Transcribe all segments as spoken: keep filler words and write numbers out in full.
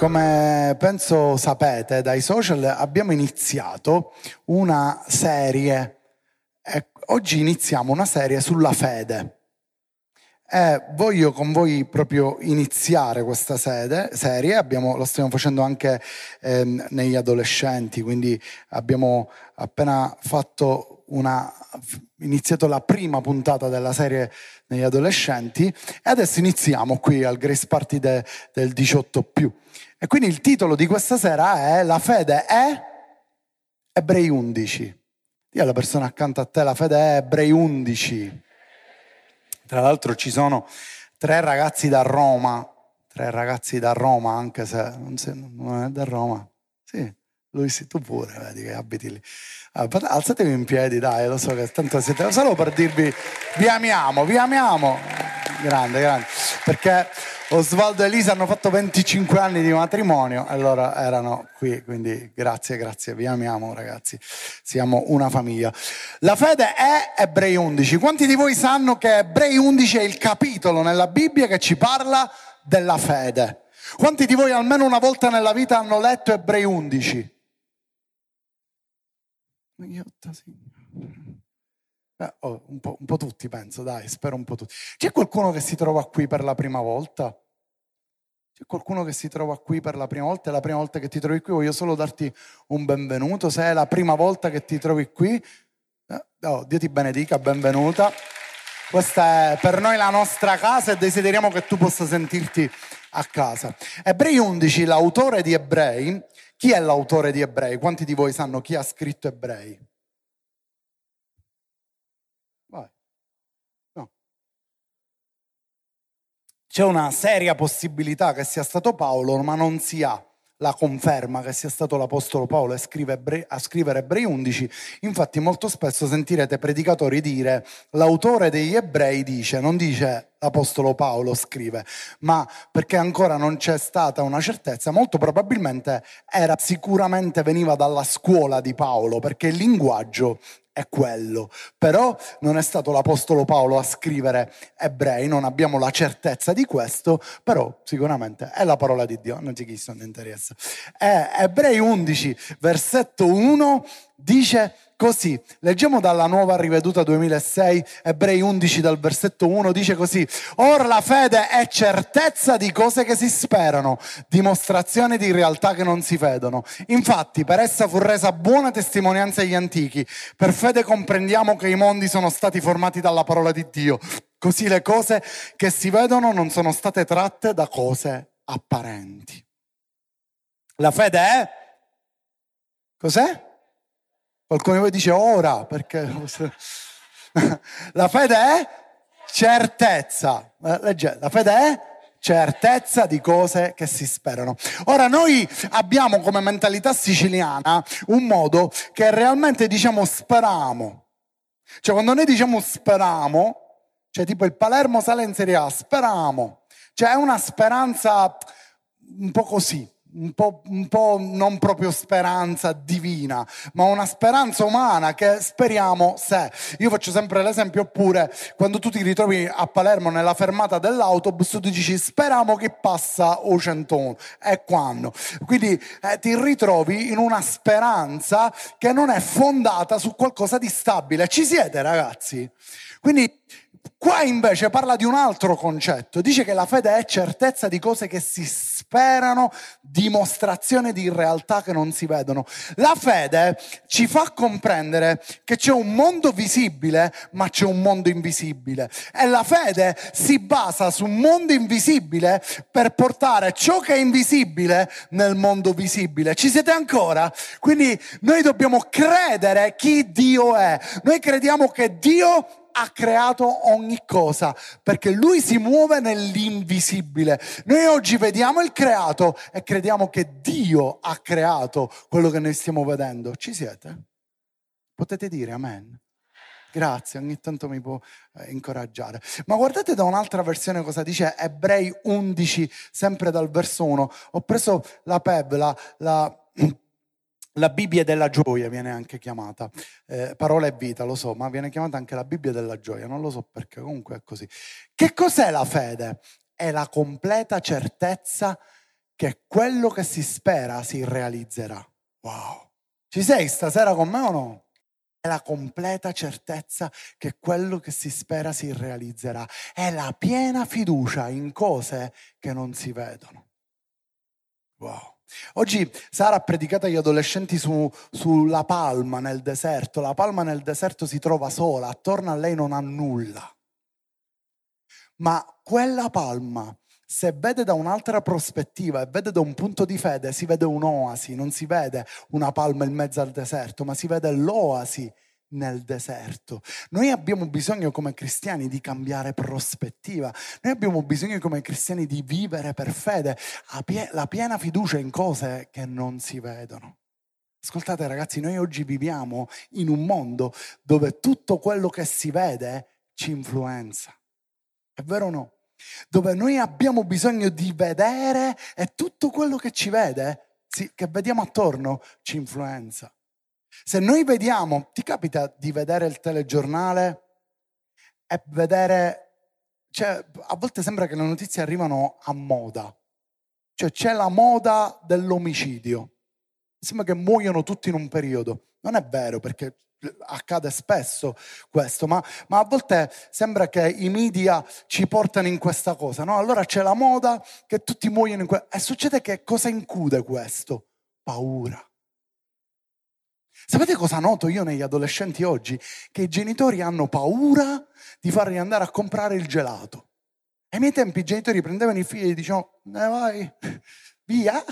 Come penso sapete dai social, abbiamo iniziato una serie. E oggi iniziamo una serie sulla fede. E voglio con voi proprio iniziare questa sede, serie. Abbiamo, lo stiamo facendo anche ehm, negli adolescenti, quindi abbiamo appena fatto una, iniziato la prima puntata della serie negli adolescenti e adesso iniziamo qui al Grace Party de, del diciotto più. E quindi il titolo di questa sera è La fede è Ebrei undici. Dì alla persona accanto a te, la fede è Ebrei undici. Tra l'altro ci sono tre ragazzi da Roma, tre ragazzi da Roma, anche se non, sei, non è da Roma. Sì, lui sì, tu pure, vedi che abiti lì. Allora, alzatevi in piedi, dai, lo so che tanto siete, solo per dirvi vi amiamo, vi amiamo. Grande, grande. Perché Osvaldo e Elisa hanno fatto venticinque anni di matrimonio e loro erano qui, quindi grazie, grazie, vi amiamo ragazzi, siamo una famiglia. La fede è Ebrei undici. Quanti di voi sanno che Ebrei undici è il capitolo nella Bibbia che ci parla della fede? Quanti di voi almeno una volta nella vita hanno letto Ebrei undici? Eh, oh, un po', un po' tutti penso, dai, spero un po' tutti. C'è qualcuno che si trova qui per la prima volta? C'è qualcuno che si trova qui per la prima volta? È la prima volta che ti trovi qui? Voglio solo darti un benvenuto. Se è la prima volta che ti trovi qui, eh, oh, Dio ti benedica, benvenuta. Questa è per noi la nostra casa e desideriamo che tu possa sentirti a casa. Ebrei undici, l'autore di Ebrei. Chi è l'autore di Ebrei? Quanti di voi sanno chi ha scritto Ebrei? Vai. No. C'è una seria possibilità che sia stato Paolo, ma non si ha la conferma che sia stato l'apostolo Paolo a scrivere, a scrivere Ebrei undici. Infatti molto spesso sentirete predicatori dire l'autore degli Ebrei dice, non dice l'apostolo Paolo scrive, ma perché ancora non c'è stata una certezza, molto probabilmente era sicuramente veniva dalla scuola di Paolo, perché il linguaggio è quello, però non è stato l'apostolo Paolo a scrivere Ebrei, non abbiamo la certezza di questo, però sicuramente è la parola di Dio, non c'è chi se ne interessa. Eh, Ebrei undici, versetto uno, dice così, leggiamo dalla Nuova Riveduta duemilasei, Ebrei undici dal versetto uno, dice così: or la fede è certezza di cose che si sperano, dimostrazione di realtà che non si vedono. Infatti per essa fu resa buona testimonianza agli antichi, per fede comprendiamo che i mondi sono stati formati dalla parola di Dio, così le cose che si vedono non sono state tratte da cose apparenti. La fede è? Cos'è? Qualcuno di voi dice ora, perché la fede è certezza. Legge, la fede è certezza di cose che si sperano. Ora noi abbiamo come mentalità siciliana un modo che realmente diciamo speramo. Cioè quando noi diciamo speramo, cioè tipo il Palermo sale in Serie A, speramo. Cioè è una speranza un po' così. Un po', un po' non proprio speranza divina, ma una speranza umana che speriamo se. Io faccio sempre l'esempio, oppure quando tu ti ritrovi a Palermo nella fermata dell'autobus, tu dici speriamo che passa o centuno, e quando? Quindi eh, ti ritrovi in una speranza che non è fondata su qualcosa di stabile. Ci siete, ragazzi? Quindi qua invece parla di un altro concetto, dice che la fede è certezza di cose che si sperano, dimostrazione di realtà che non si vedono. La fede ci fa comprendere che c'è un mondo visibile, ma c'è un mondo invisibile. E la fede si basa su un mondo invisibile per portare ciò che è invisibile nel mondo visibile. Ci siete ancora? Quindi noi dobbiamo credere chi Dio è. Noi crediamo che Dio ha creato ogni cosa, perché lui si muove nell'invisibile. Noi oggi vediamo il creato e crediamo che Dio ha creato quello che noi stiamo vedendo. Ci siete? Potete dire amen? Grazie, ogni tanto mi può eh, incoraggiare. Ma guardate da un'altra versione cosa dice Ebrei undici, sempre dal verso uno. Ho preso la P E B, la... la La Bibbia della gioia viene anche chiamata, eh, parola e vita, lo so, ma viene chiamata anche la Bibbia della gioia, non lo so perché, comunque è così. Che cos'è la fede? È la completa certezza che quello che si spera si realizzerà. Wow! Ci sei stasera con me o no? È la completa certezza che quello che si spera si realizzerà. È la piena fiducia in cose che non si vedono. Wow. Oggi Sara ha predicato agli adolescenti su, sulla palma nel deserto. La palma nel deserto si trova sola, attorno a lei non ha nulla. Ma quella palma, se vede da un'altra prospettiva e vede da un punto di fede, si vede un'oasi, non si vede una palma in mezzo al deserto, ma si vede l'oasi nel deserto. Noi abbiamo bisogno come cristiani di cambiare prospettiva. Noi abbiamo bisogno come cristiani di vivere per fede la piena fiducia in cose che non si vedono. Ascoltate ragazzi, noi oggi viviamo in un mondo dove tutto quello che si vede ci influenza. È vero o no? Dove noi abbiamo bisogno di vedere e tutto quello che ci vede, che vediamo attorno, ci influenza. Se noi vediamo, ti capita di vedere il telegiornale e vedere, cioè a volte sembra che le notizie arrivano a moda, cioè c'è la moda dell'omicidio, sembra che muoiono tutti in un periodo, non è vero perché accade spesso questo, ma, ma a volte sembra che i media ci portano in questa cosa, no? Allora c'è la moda che tutti muoiono in questo, e succede che cosa include questo? Paura. Sapete cosa noto io negli adolescenti oggi? Che i genitori hanno paura di farli andare a comprare il gelato. Ai miei tempi i genitori prendevano i figli e dicevano, eh, vai, via,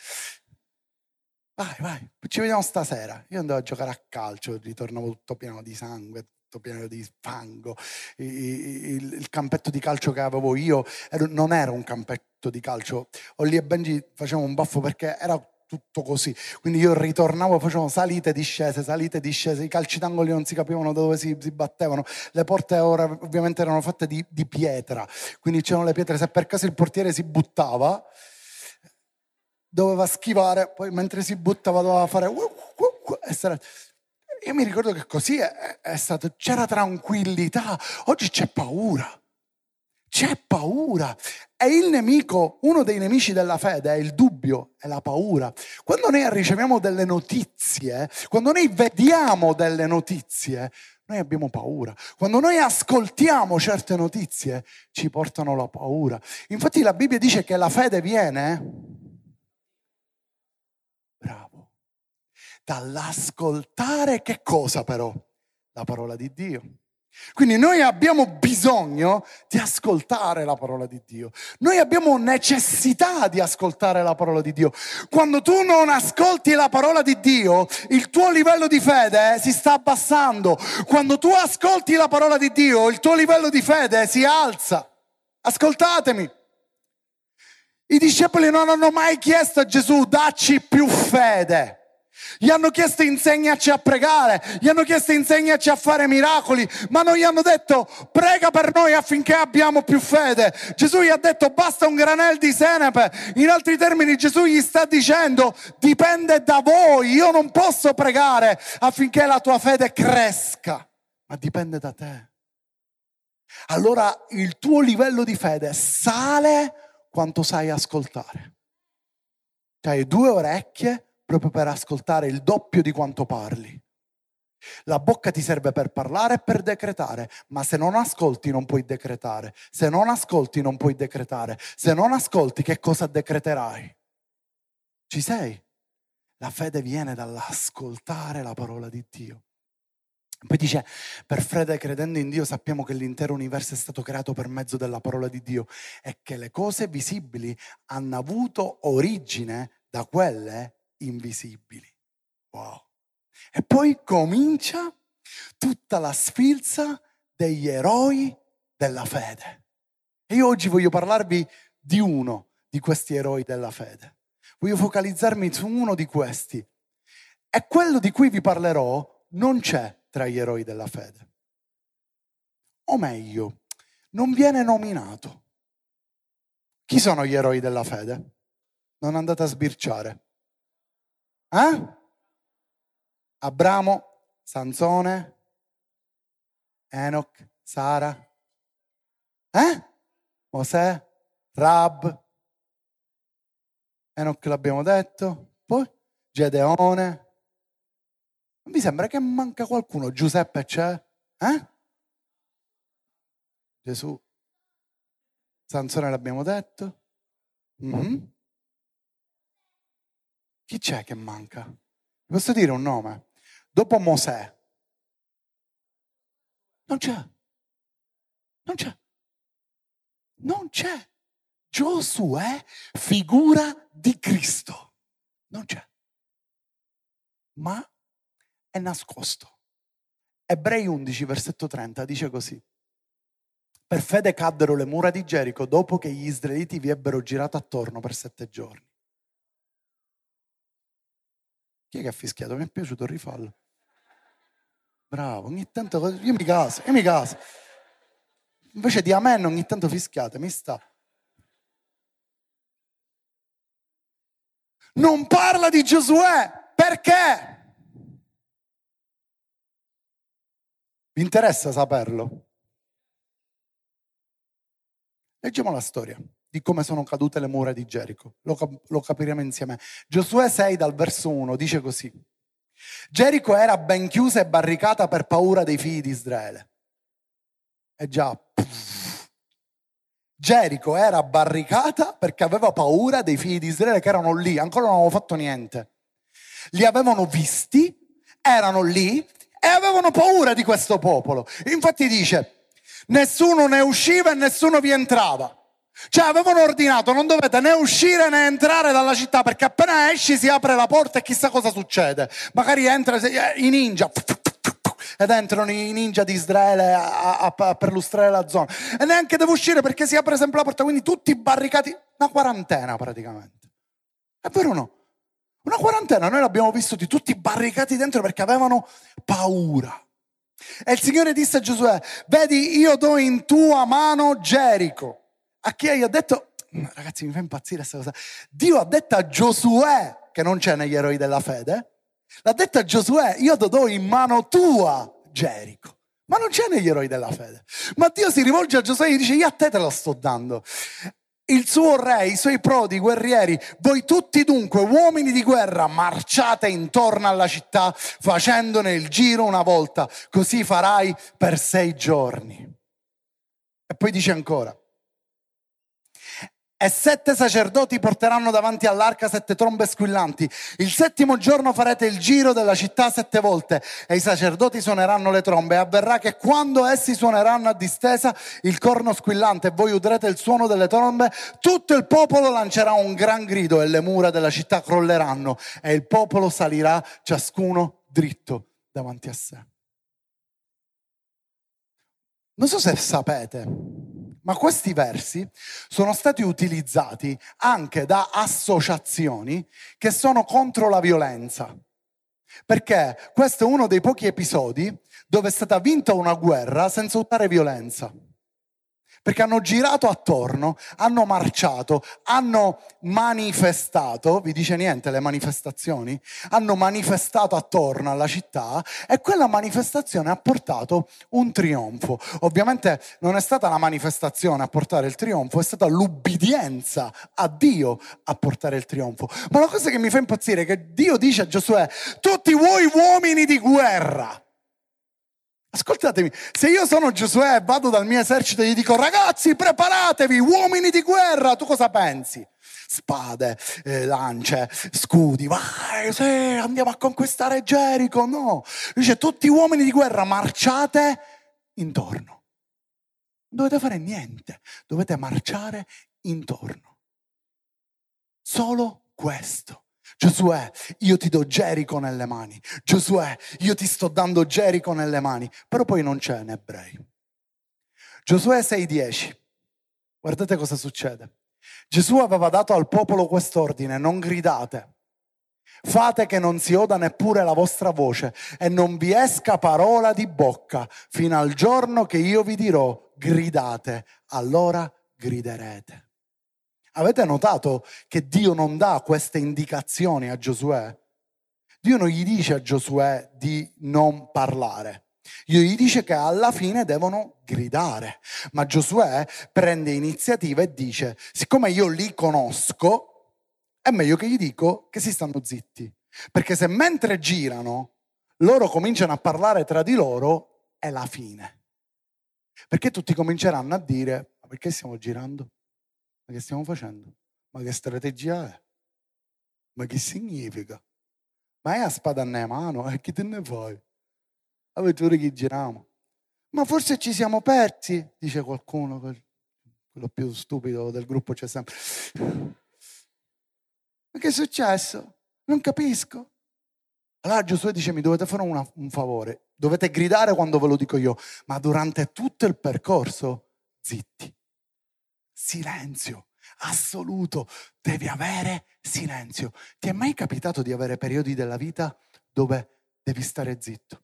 vai, vai, ci vediamo stasera. Io andavo a giocare a calcio, ritornavo tutto pieno di sangue, tutto pieno di fango. Il, il, il campetto di calcio che avevo io ero, non era un campetto di calcio. Olli e Benji facevano un baffo perché era tutto così, quindi io ritornavo, facevo salite, discese, salite, discese, i calci d'angolo non si capivano da dove si, si battevano, le porte ora ovviamente erano fatte di, di pietra, quindi c'erano le pietre, se per caso il portiere si buttava doveva schivare, poi mentre si buttava doveva fare uh, uh, uh, essere... Io mi ricordo che così è, è stato, c'era tranquillità, oggi c'è paura. C'è paura. E il nemico, uno dei nemici della fede è il dubbio, è la paura. Quando noi riceviamo delle notizie, quando noi vediamo delle notizie, noi abbiamo paura. Quando noi ascoltiamo certe notizie, ci portano la paura. Infatti la Bibbia dice che la fede viene, bravo, dall'ascoltare che cosa però? La parola di Dio. Quindi noi abbiamo bisogno di ascoltare la parola di Dio. Noi abbiamo necessità di ascoltare la parola di Dio. Quando tu non ascolti la parola di Dio, il tuo livello di fede si sta abbassando. Quando tu ascolti la parola di Dio, il tuo livello di fede si alza. Ascoltatemi. I discepoli non hanno mai chiesto a Gesù, dacci più fede. Gli hanno chiesto insegnaci a pregare, gli hanno chiesto insegnaci a fare miracoli, ma non gli hanno detto prega per noi affinché abbiamo più fede. Gesù gli ha detto basta un granel di senape. In altri termini Gesù gli sta dicendo dipende da voi, io non posso pregare affinché la tua fede cresca, ma dipende da te. Allora il tuo livello di fede sale quanto sai ascoltare. Hai due orecchie proprio per ascoltare il doppio di quanto parli. La bocca ti serve per parlare e per decretare, ma se non ascolti non puoi decretare. Se non ascolti non puoi decretare. Se non ascolti che cosa decreterai? Ci sei? La fede viene dall'ascoltare la parola di Dio. Poi dice, per fede credendo in Dio sappiamo che l'intero universo è stato creato per mezzo della parola di Dio e che le cose visibili hanno avuto origine da quelle invisibili. Wow. E poi comincia tutta la sfilza degli eroi della fede. E io oggi voglio parlarvi di uno di questi eroi della fede. Voglio focalizzarmi su uno di questi. E quello di cui vi parlerò non c'è tra gli eroi della fede. O meglio, non viene nominato. Chi sono gli eroi della fede? Non andate a sbirciare. Eh? Abramo, Sansone, Enoch, Sara, eh? Mosè, Rab. Enoch l'abbiamo detto, poi Gedeone. Mi sembra che manca qualcuno. Giuseppe c'è? Eh? Gesù. Sansone l'abbiamo detto. Mm-hmm. Chi c'è che manca? Posso dire un nome? Dopo Mosè. Non c'è. Non c'è. Non c'è. Giosuè, figura di Cristo. Non c'è. Ma è nascosto. Ebrei undici, versetto trenta, dice così. Per fede caddero le mura di Gerico dopo che gli israeliti vi ebbero girato attorno per sette giorni. Chi è che ha fischiato? Mi è piaciuto, rifallo. Bravo, ogni tanto io mi caso, io mi caso. Invece di amen ogni tanto fischiate, mi sta. Non parla di Giosuè, perché? Vi interessa saperlo? Leggiamo la storia di come sono cadute le mura di Gerico. Lo, cap- lo capiremo insieme. Giosuè sei dal verso uno dice così. Gerico era ben chiusa e barricata per paura dei figli di Israele. E già, pff. Gerico era barricata perché aveva paura dei figli di Israele che erano lì, ancora non avevano fatto niente. Li avevano visti, erano lì e avevano paura di questo popolo. Infatti dice, nessuno ne usciva e nessuno vi entrava. Cioè avevano ordinato, non dovete né uscire né entrare dalla città, perché appena esci si apre la porta e chissà cosa succede. Magari entra i ninja ed entrano i ninja di Israele a, a, a perlustrare la zona. E neanche devo uscire perché si apre sempre la porta, quindi tutti barricati, una quarantena praticamente. È vero o no? Una quarantena, noi l'abbiamo vissuti tutti barricati dentro perché avevano paura. E il Signore disse a Giosuè, vedi, io do in tua mano Gerico. A chi gli ha detto, ragazzi mi fa impazzire questa cosa, Dio ha detto a Giosuè, che non c'è negli eroi della fede, l'ha detto a Giosuè, io ti do in mano tua Gerico. Ma non c'è negli eroi della fede. Ma Dio si rivolge a Giosuè e gli dice, io a te te la sto dando. Il suo re, i suoi prodi, guerrieri, voi tutti dunque, uomini di guerra, marciate intorno alla città facendone il giro una volta, così farai per sei giorni. E poi dice ancora, e sette sacerdoti porteranno davanti all'arca sette trombe squillanti. Il settimo giorno farete il giro della città sette volte e i sacerdoti suoneranno le trombe. E avverrà che quando essi suoneranno a distesa il corno squillante e voi udrete il suono delle trombe, tutto il popolo lancerà un gran grido e le mura della città crolleranno e il popolo salirà ciascuno dritto davanti a sé. Non so se sapete, ma questi versi sono stati utilizzati anche da associazioni che sono contro la violenza. Perché questo è uno dei pochi episodi dove è stata vinta una guerra senza usare violenza. Perché hanno girato attorno, hanno marciato, hanno manifestato, vi dice niente le manifestazioni? Hanno manifestato attorno alla città e quella manifestazione ha portato un trionfo. Ovviamente non è stata la manifestazione a portare il trionfo, è stata l'ubbidienza a Dio a portare il trionfo. Ma la cosa che mi fa impazzire è che Dio dice a Giosuè, tutti voi uomini di guerra. Ascoltatemi, se io sono Giosuè e vado dal mio esercito e gli dico ragazzi preparatevi, uomini di guerra, tu cosa pensi? Spade, eh, lance, scudi, vai, sì, andiamo a conquistare Gerico, no. Dice tutti uomini di guerra, marciate intorno. Non dovete fare niente, dovete marciare intorno. Solo questo. Giosuè, io ti do Gerico nelle mani. Giosuè, io ti sto dando Gerico nelle mani. Però poi non c'è in Ebrei. Giosuè sei dieci. Guardate cosa succede. Gesù aveva dato al popolo quest'ordine: non gridate. Fate che non si oda neppure la vostra voce e non vi esca parola di bocca fino al giorno che io vi dirò gridate, allora griderete. Avete notato che Dio non dà queste indicazioni a Giosuè? Dio non gli dice a Giosuè di non parlare. Dio gli dice che alla fine devono gridare. Ma Giosuè prende iniziativa e dice, siccome io li conosco, è meglio che gli dico che si stanno zitti. Perché se mentre girano, loro cominciano a parlare tra di loro, è la fine. Perché tutti cominceranno a dire, ma perché stiamo girando? Ma che stiamo facendo? Ma che strategia è? Ma che significa? Ma è a spada nella mano? E chi te ne fai? Avete ora che giriamo? Ma forse ci siamo persi, dice qualcuno, quello più stupido del gruppo c'è sempre. Ma che è successo? Non capisco. Allora Giosuè dice, mi dovete fare una, un favore, dovete gridare quando ve lo dico io, ma durante tutto il percorso, zitti. Silenzio assoluto, devi avere silenzio. Ti è mai capitato di avere periodi della vita dove devi stare zitto?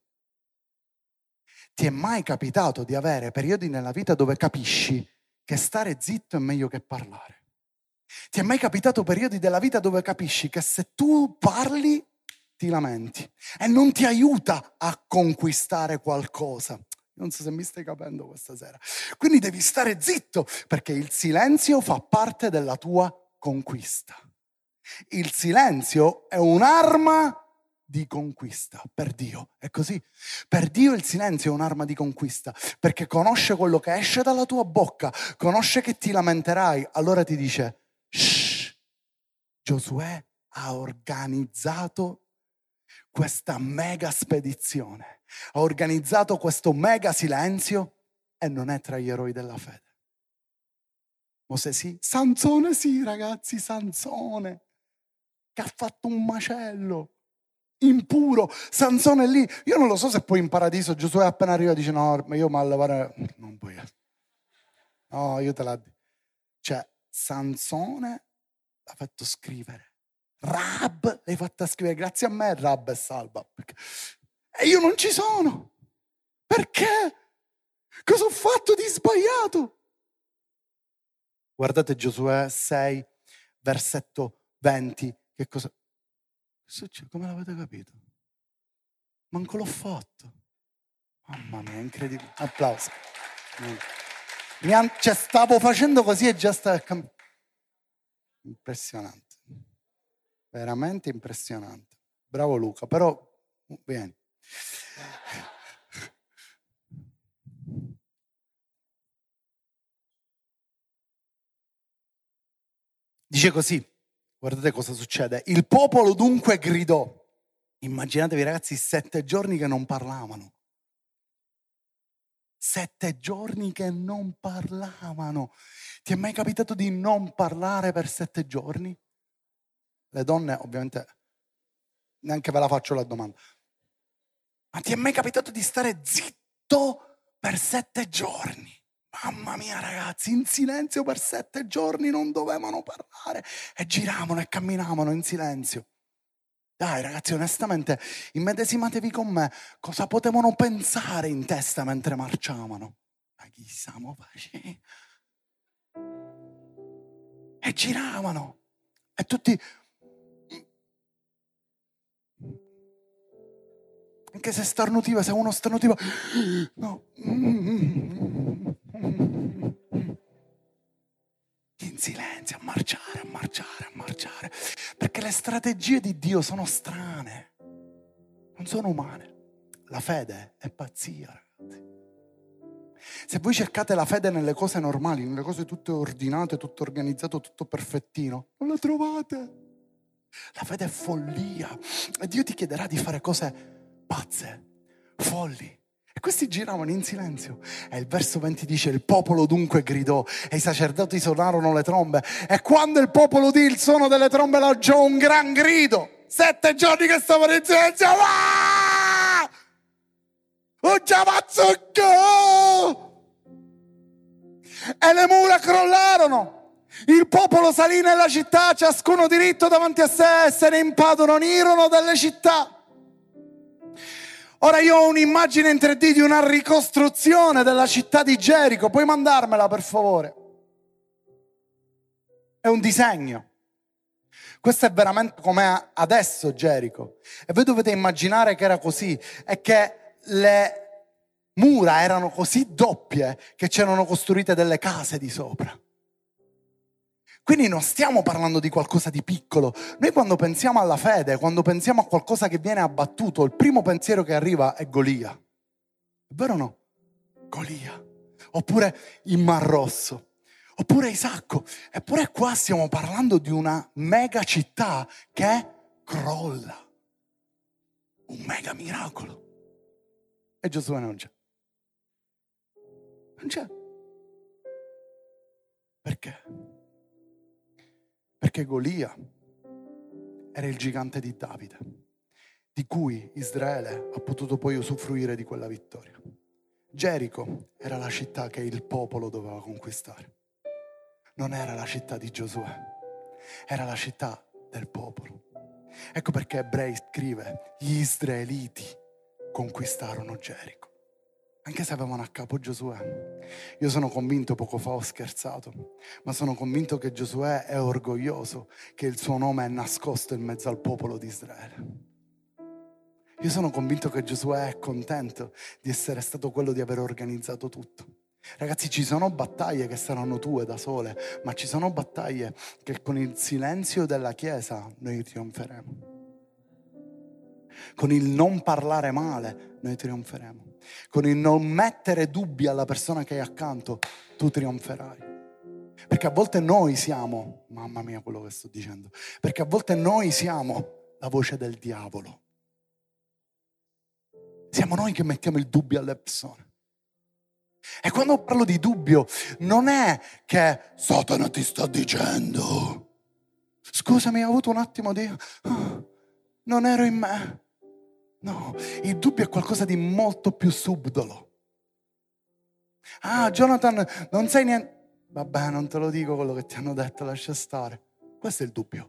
Ti è mai capitato di avere periodi nella vita dove capisci che stare zitto è meglio che parlare? Ti è mai capitato periodi della vita dove capisci che se tu parli ti lamenti e non ti aiuta a conquistare qualcosa? Non so se mi stai capendo questa sera. Quindi devi stare zitto perché il silenzio fa parte della tua conquista. Il silenzio è un'arma di conquista per Dio. È così. Per Dio il silenzio è un'arma di conquista perché conosce quello che esce dalla tua bocca, conosce che ti lamenterai, allora ti dice shh, Giosuè ha organizzato questa mega spedizione, ha organizzato questo mega silenzio e non è tra gli eroi della fede. Mosè sì, Sansone sì ragazzi, Sansone, che ha fatto un macello, impuro, Sansone lì, io non lo so se poi in paradiso Giosuè appena arriva dice no, ma io mi allevare, non puoi, no, io te la dico, cioè Sansone l'ha fatto scrivere. Rab l'hai fatta scrivere, grazie a me Rab è salva. Perché... E io non ci sono. Perché? Cosa ho fatto di sbagliato? Guardate Giosuè sei, versetto venti. Che cosa succede? Come l'avete capito? Manco l'ho fatto. Mamma mia, incredibile. Applauso. Mi han... cioè, stavo facendo così e già stava cambiando. Impressionante. Veramente impressionante. Bravo Luca, però vieni. Dice così, guardate cosa succede. Il popolo dunque gridò. Immaginatevi ragazzi, sette giorni che non parlavano. Sette giorni che non parlavano. Ti è mai capitato di non parlare per sette giorni? Le donne ovviamente neanche ve la faccio la domanda. Ma ti è mai capitato di stare zitto per sette giorni? Mamma mia ragazzi, in silenzio per sette giorni non dovevano parlare e giravano e camminavano in silenzio. Dai ragazzi, onestamente, immedesimatevi con me, cosa potevano pensare in testa mentre marciavano? Ma chi stiamo facendo? E giravano e tutti... Anche se starnutiva, se uno starnutiva, no. In silenzio, a marciare, a marciare, a marciare. Perché le strategie di Dio sono strane, non sono umane. La fede è pazzia, ragazzi. Se voi cercate la fede nelle cose normali, nelle cose tutte ordinate, tutto organizzato, tutto perfettino, non la trovate. La fede è follia. E Dio ti chiederà di fare cose pazze, folli. E questi giravano in silenzio. E il verso venti dice: il popolo dunque gridò e i sacerdoti suonarono le trombe. E quando il popolo udì il suono delle trombe lanciò un gran grido. Sette giorni che stavano in silenzio. Ah! Un giavazzucco! E le mura crollarono. Il popolo salì nella città, ciascuno diritto davanti a sé, e se ne impadronirono delle città. Ora io ho un'immagine in tre D di una ricostruzione della città di Gerico. Puoi mandarmela per favore? È un disegno. Questo è veramente come adesso Gerico. E voi dovete immaginare che era così. E che le mura erano così doppie che c'erano costruite delle case di sopra. Quindi non stiamo parlando di qualcosa di piccolo. Noi quando pensiamo alla fede, quando pensiamo a qualcosa che viene abbattuto, il primo pensiero che arriva è Golia. È vero o no? Golia. Oppure il Mar Rosso. Oppure Isacco. Eppure qua stiamo parlando di una mega città che crolla. Un mega miracolo. E Giosuè non c'è. Non c'è. Perché? Perché Golia era il gigante di Davide, di cui Israele ha potuto poi usufruire di quella vittoria. Gerico era la città che il popolo doveva conquistare. Non era la città di Giosuè, era la città del popolo. Ecco perché Ebrei scrive: gli israeliti conquistarono Gerico, anche se avevano a capo Giosuè. Io sono convinto, poco fa ho scherzato, ma sono convinto che Giosuè è orgoglioso che il suo nome è nascosto in mezzo al popolo di Israele. Io sono convinto che Giosuè è contento di essere stato quello di aver organizzato tutto. Ragazzi, ci sono battaglie che saranno tue da sole, ma ci sono battaglie che con il silenzio della Chiesa noi trionferemo. Con il non parlare male noi trionferemo. Con il non mettere dubbi alla persona che hai accanto tu trionferai. Perché a volte noi siamo, mamma mia quello che sto dicendo, perché a volte noi siamo la voce del diavolo. Siamo noi che mettiamo il dubbio alle persone. E quando parlo di dubbio non è che Satana ti sta dicendo scusami, ho avuto un attimo di oh, non ero in me. No, il dubbio è qualcosa di molto più subdolo. Ah, Jonathan, non sai niente. Vabbè, non te lo dico quello che ti hanno detto, lascia stare. Questo è il dubbio.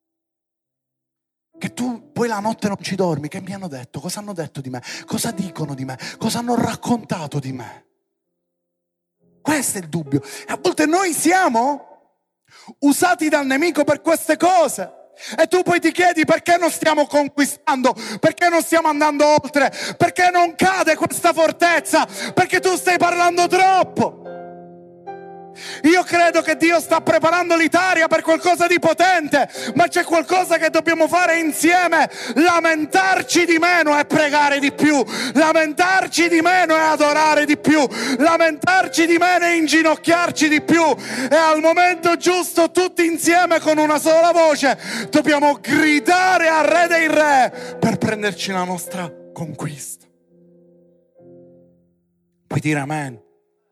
Che tu poi la notte non ci dormi. Che mi hanno detto? Cosa hanno detto di me? Cosa dicono di me? Cosa hanno raccontato di me? Questo è il dubbio. E a volte noi siamo usati dal nemico per queste cose. E tu poi ti chiedi perché non stiamo conquistando, perché non stiamo andando oltre, perché non cade questa fortezza, perché tu stai parlando troppo. Io credo che Dio sta preparando l'Italia per qualcosa di potente, ma c'è qualcosa che dobbiamo fare insieme: lamentarci di meno e pregare di più, lamentarci di meno e adorare di più, lamentarci di meno e inginocchiarci di più, e al momento giusto tutti insieme con una sola voce dobbiamo gridare al Re dei Re per prenderci la nostra conquista. Puoi dire amen?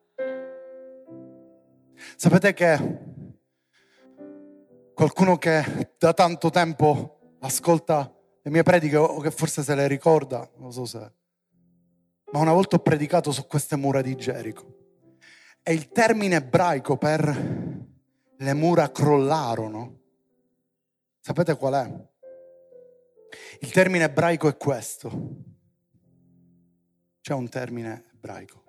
Sapete che qualcuno che da tanto tempo ascolta le mie prediche o che forse se le ricorda, non so se, ma una volta ho predicato su queste mura di Gerico e il termine ebraico per le mura crollarono, sapete qual è? Il termine ebraico è questo. C'è un termine ebraico,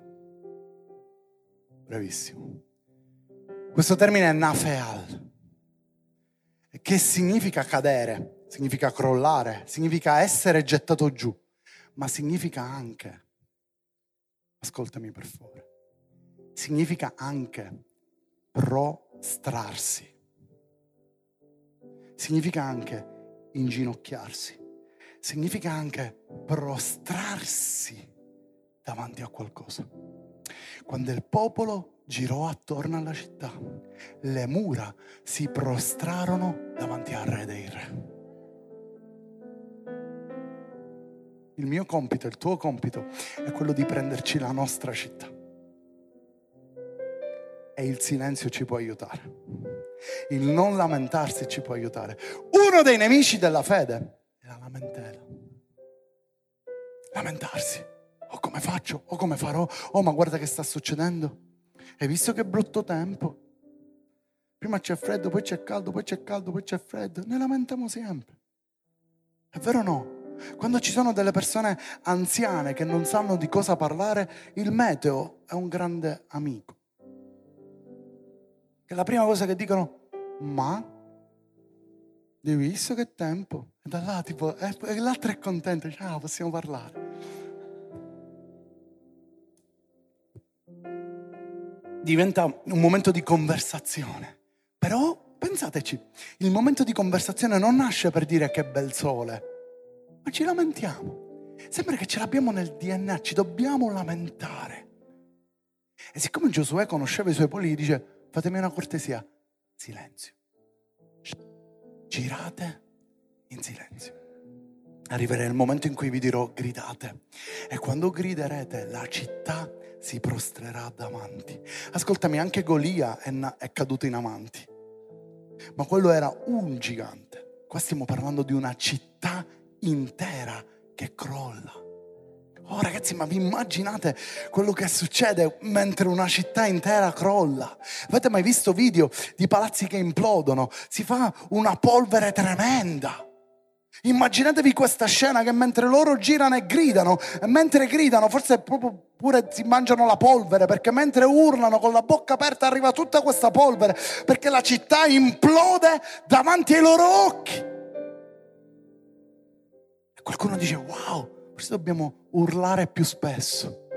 brevissimo. Questo termine è nafeal, che significa cadere, significa crollare, significa essere gettato giù, ma significa anche, ascoltami per favore, significa anche prostrarsi, significa anche inginocchiarsi, significa anche prostrarsi davanti a qualcosa. Quando il popolo girò attorno alla città, le mura si prostrarono davanti al Re dei Re. Il mio compito, il tuo compito è quello di prenderci la nostra città. E il silenzio ci può aiutare. Il non lamentarsi ci può aiutare. Uno dei nemici della fede è la lamentela. Lamentarsi. Oh, come faccio? Oh, come farò? Oh, ma guarda che sta succedendo. Hai visto che brutto tempo? Prima c'è freddo, poi c'è caldo, poi c'è caldo, poi c'è freddo. Ne lamentiamo sempre. È vero o no? Quando ci sono delle persone anziane che non sanno di cosa parlare, il meteo è un grande amico. Che la prima cosa che dicono, ma hai visto che tempo? E da là tipo, e l'altro è contento, ciao, possiamo parlare. Diventa un momento di conversazione. Però, però Pensateci, il momento di conversazione non nasce per dire che bel sole, ma ci lamentiamo. Sembra che ce l'abbiamo nel D N A, ci dobbiamo lamentare. E siccome Giosuè conosceva i suoi polli, gli dice: fatemi una cortesia, silenzio. Girate in silenzio. Arriverà il momento in cui vi dirò gridate, e quando griderete la città si prostrerà davanti. Ascoltami, anche Golia è, na- è caduto in amanti, ma quello era un gigante. Qua stiamo parlando di una città intera che crolla. Oh ragazzi, ma vi immaginate quello che succede mentre una città intera crolla? Avete mai visto video di palazzi che implodono? Si fa una polvere tremenda. Immaginatevi questa scena, che mentre loro girano e gridano, e mentre gridano forse proprio pure si mangiano la polvere, perché mentre urlano con la bocca aperta arriva tutta questa polvere, perché la città implode davanti ai loro occhi. E qualcuno dice: wow, forse dobbiamo urlare più spesso,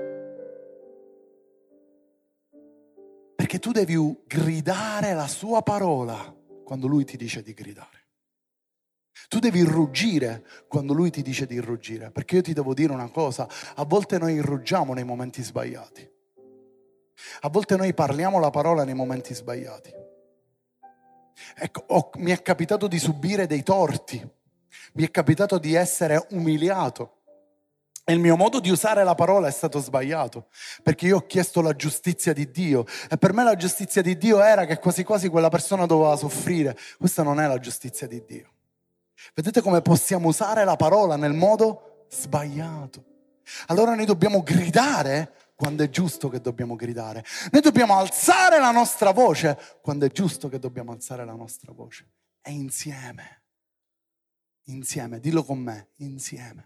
perché tu devi gridare la sua parola quando lui ti dice di gridare. Tu devi ruggire quando lui ti dice di ruggire, perché io ti devo dire una cosa: a volte noi ruggiamo nei momenti sbagliati, a volte noi parliamo la parola nei momenti sbagliati. Ecco, oh, mi è capitato di subire dei torti, mi è capitato di essere umiliato, e il mio modo di usare la parola è stato sbagliato, perché io ho chiesto la giustizia di Dio, e per me la giustizia di Dio era che quasi quasi quella persona doveva soffrire. Questa non è la giustizia di Dio. Vedete come possiamo usare la parola nel modo sbagliato? Allora noi dobbiamo gridare quando è giusto che dobbiamo gridare. Noi dobbiamo alzare la nostra voce quando è giusto che dobbiamo alzare la nostra voce. E insieme, insieme, dillo con me, insieme.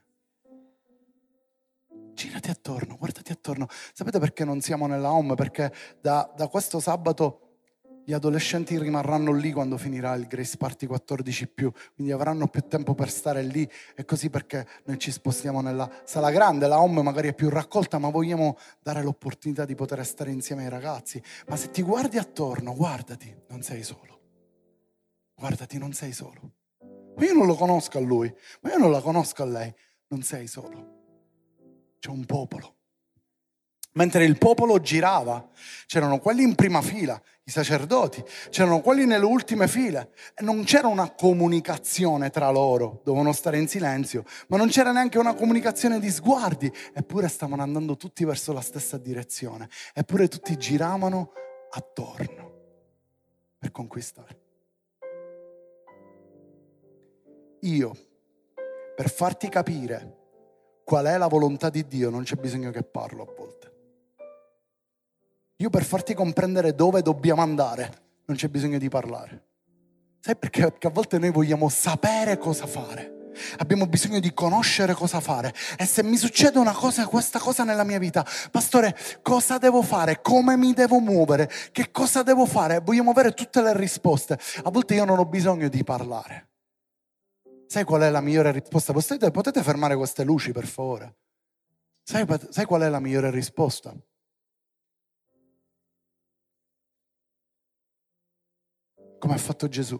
Girati attorno, guardati attorno. Sapete perché non siamo nella home? Perché da, da questo sabato gli adolescenti rimarranno lì quando finirà il Grace Party quattordici più, quindi avranno più tempo per stare lì, e così perché noi ci spostiamo nella sala grande. La home magari è più raccolta, ma vogliamo dare l'opportunità di poter stare insieme ai ragazzi. Ma se ti guardi attorno, guardati, non sei solo. Guardati, non sei solo. Ma io non lo conosco a lui, ma io non la conosco a lei. Non sei solo. C'è un popolo. Mentre il popolo girava, c'erano quelli in prima fila, i sacerdoti, c'erano quelli nelle ultime file, e non c'era una comunicazione tra loro, dovevano stare in silenzio, ma non c'era neanche una comunicazione di sguardi, eppure stavano andando tutti verso la stessa direzione, eppure tutti giravano attorno per conquistare. Io, per farti capire qual è la volontà di Dio, non c'è bisogno che parlo a volte. Io per farti comprendere dove dobbiamo andare, non c'è bisogno di parlare. Sai perché? Perché a volte noi vogliamo sapere cosa fare. Abbiamo bisogno di conoscere cosa fare. E se mi succede una cosa, questa cosa nella mia vita, pastore, cosa devo fare? Come mi devo muovere? Che cosa devo fare? Vogliamo avere tutte le risposte. A volte io non ho bisogno di parlare. Sai qual è la migliore risposta? Potete, potete fermare queste luci, per favore? Sai, sai qual è la migliore risposta? Come ha fatto Gesù.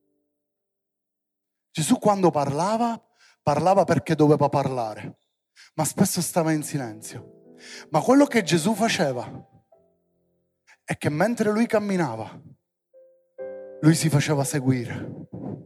Gesù quando parlava, parlava perché doveva parlare, ma spesso stava in silenzio. Ma quello che Gesù faceva è che mentre lui camminava, lui si faceva seguire.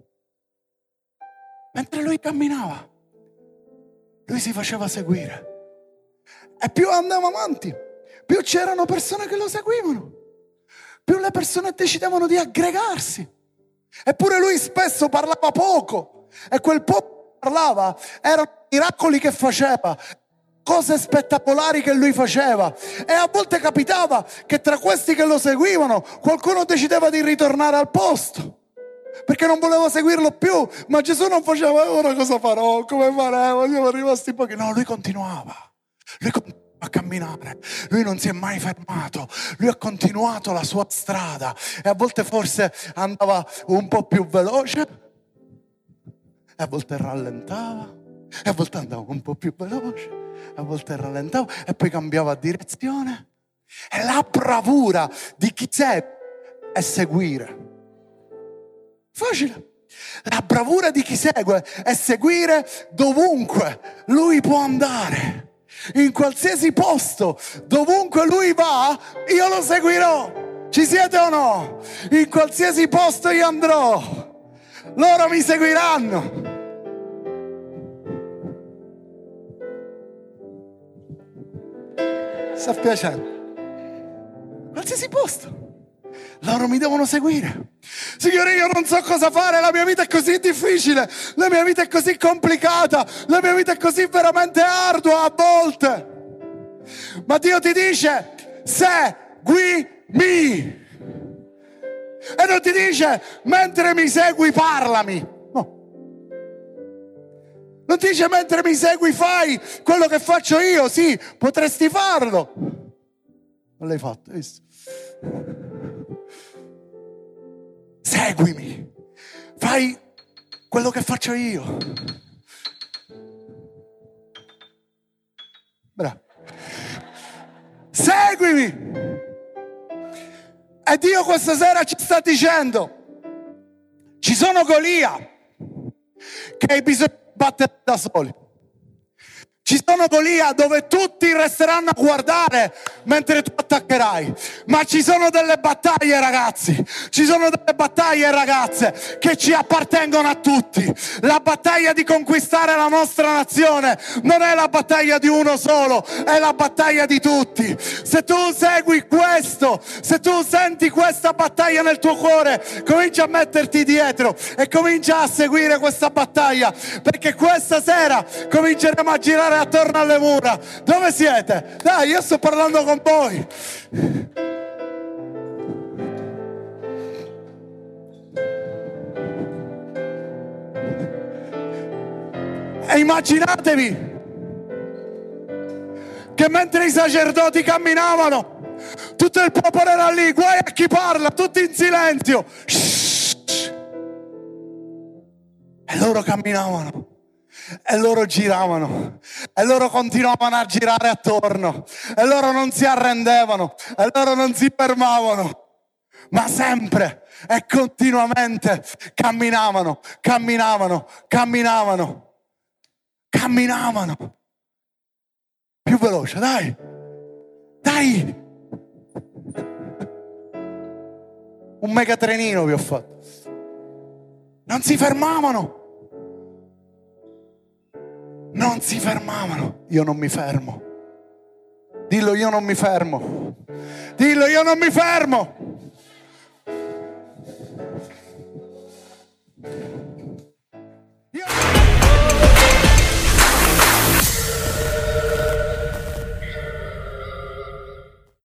Mentre lui camminava, lui si faceva seguire. E più andava avanti, più c'erano persone che lo seguivano, più le persone decidevano di aggregarsi. Eppure lui spesso parlava poco, e quel poco che parlava erano miracoli che faceva, cose spettacolari che lui faceva. E a volte capitava che tra questi che lo seguivano qualcuno decideva di ritornare al posto perché non voleva seguirlo più. Ma Gesù non faceva: ora cosa farò, come faremo, siamo rimasti pochi. No, lui continuava, lui continuava a camminare, lui non si è mai fermato, lui ha continuato la sua strada, e a volte forse andava un po' più veloce, e a volte rallentava, e a volte andava un po' più veloce, e a volte rallentava, e poi cambiava direzione. E la bravura di chi segue è seguire. Facile. La bravura di chi segue è seguire dovunque lui può andare. In qualsiasi posto, dovunque lui va, io lo seguirò. Ci siete o no? In qualsiasi posto io andrò, loro mi seguiranno. Sta piacendo? Qualsiasi posto, loro mi devono seguire. Signore, io non so cosa fare, la mia vita è così difficile, la mia vita è così complicata, la mia vita è così veramente ardua a volte. Ma Dio ti dice: seguimi. E non ti dice: mentre mi segui parlami. No. Non ti dice: mentre mi segui fai quello che faccio io. Sì, potresti farlo. Non l'hai fatto, hai visto? Seguimi, fai quello che faccio io. Bravo. Seguimi. E Dio questa sera ci sta dicendo: ci sono Golia che hai bisogno di battere da soli. Ci sono Golia dove tutti resteranno a guardare mentre tu attaccherai. Ma ci sono delle battaglie, ragazzi, ci sono delle battaglie, ragazze, che ci appartengono a tutti. La battaglia di conquistare la nostra nazione non è la battaglia di uno solo, è la battaglia di tutti. Se tu segui questo, se tu senti questa battaglia nel tuo cuore, comincia a metterti dietro e comincia a seguire questa battaglia, perché questa sera cominceremo a girare attorno alle mura. Dove siete? Dai, io sto parlando con voi. E immaginatevi che mentre i sacerdoti camminavano, tutto il popolo era lì, guai a chi parla, tutti in silenzio. Shhh. E loro camminavano. E loro giravano, e loro continuavano a girare attorno, e loro non si arrendevano, e loro non si fermavano, ma sempre e continuamente camminavano, camminavano, camminavano, camminavano. Più veloce, dai, dai. Un megatrenino vi ho fatto. Non si fermavano. Non si fermavano. Io non mi fermo. Dillo: io non mi fermo. Dillo: io non mi fermo.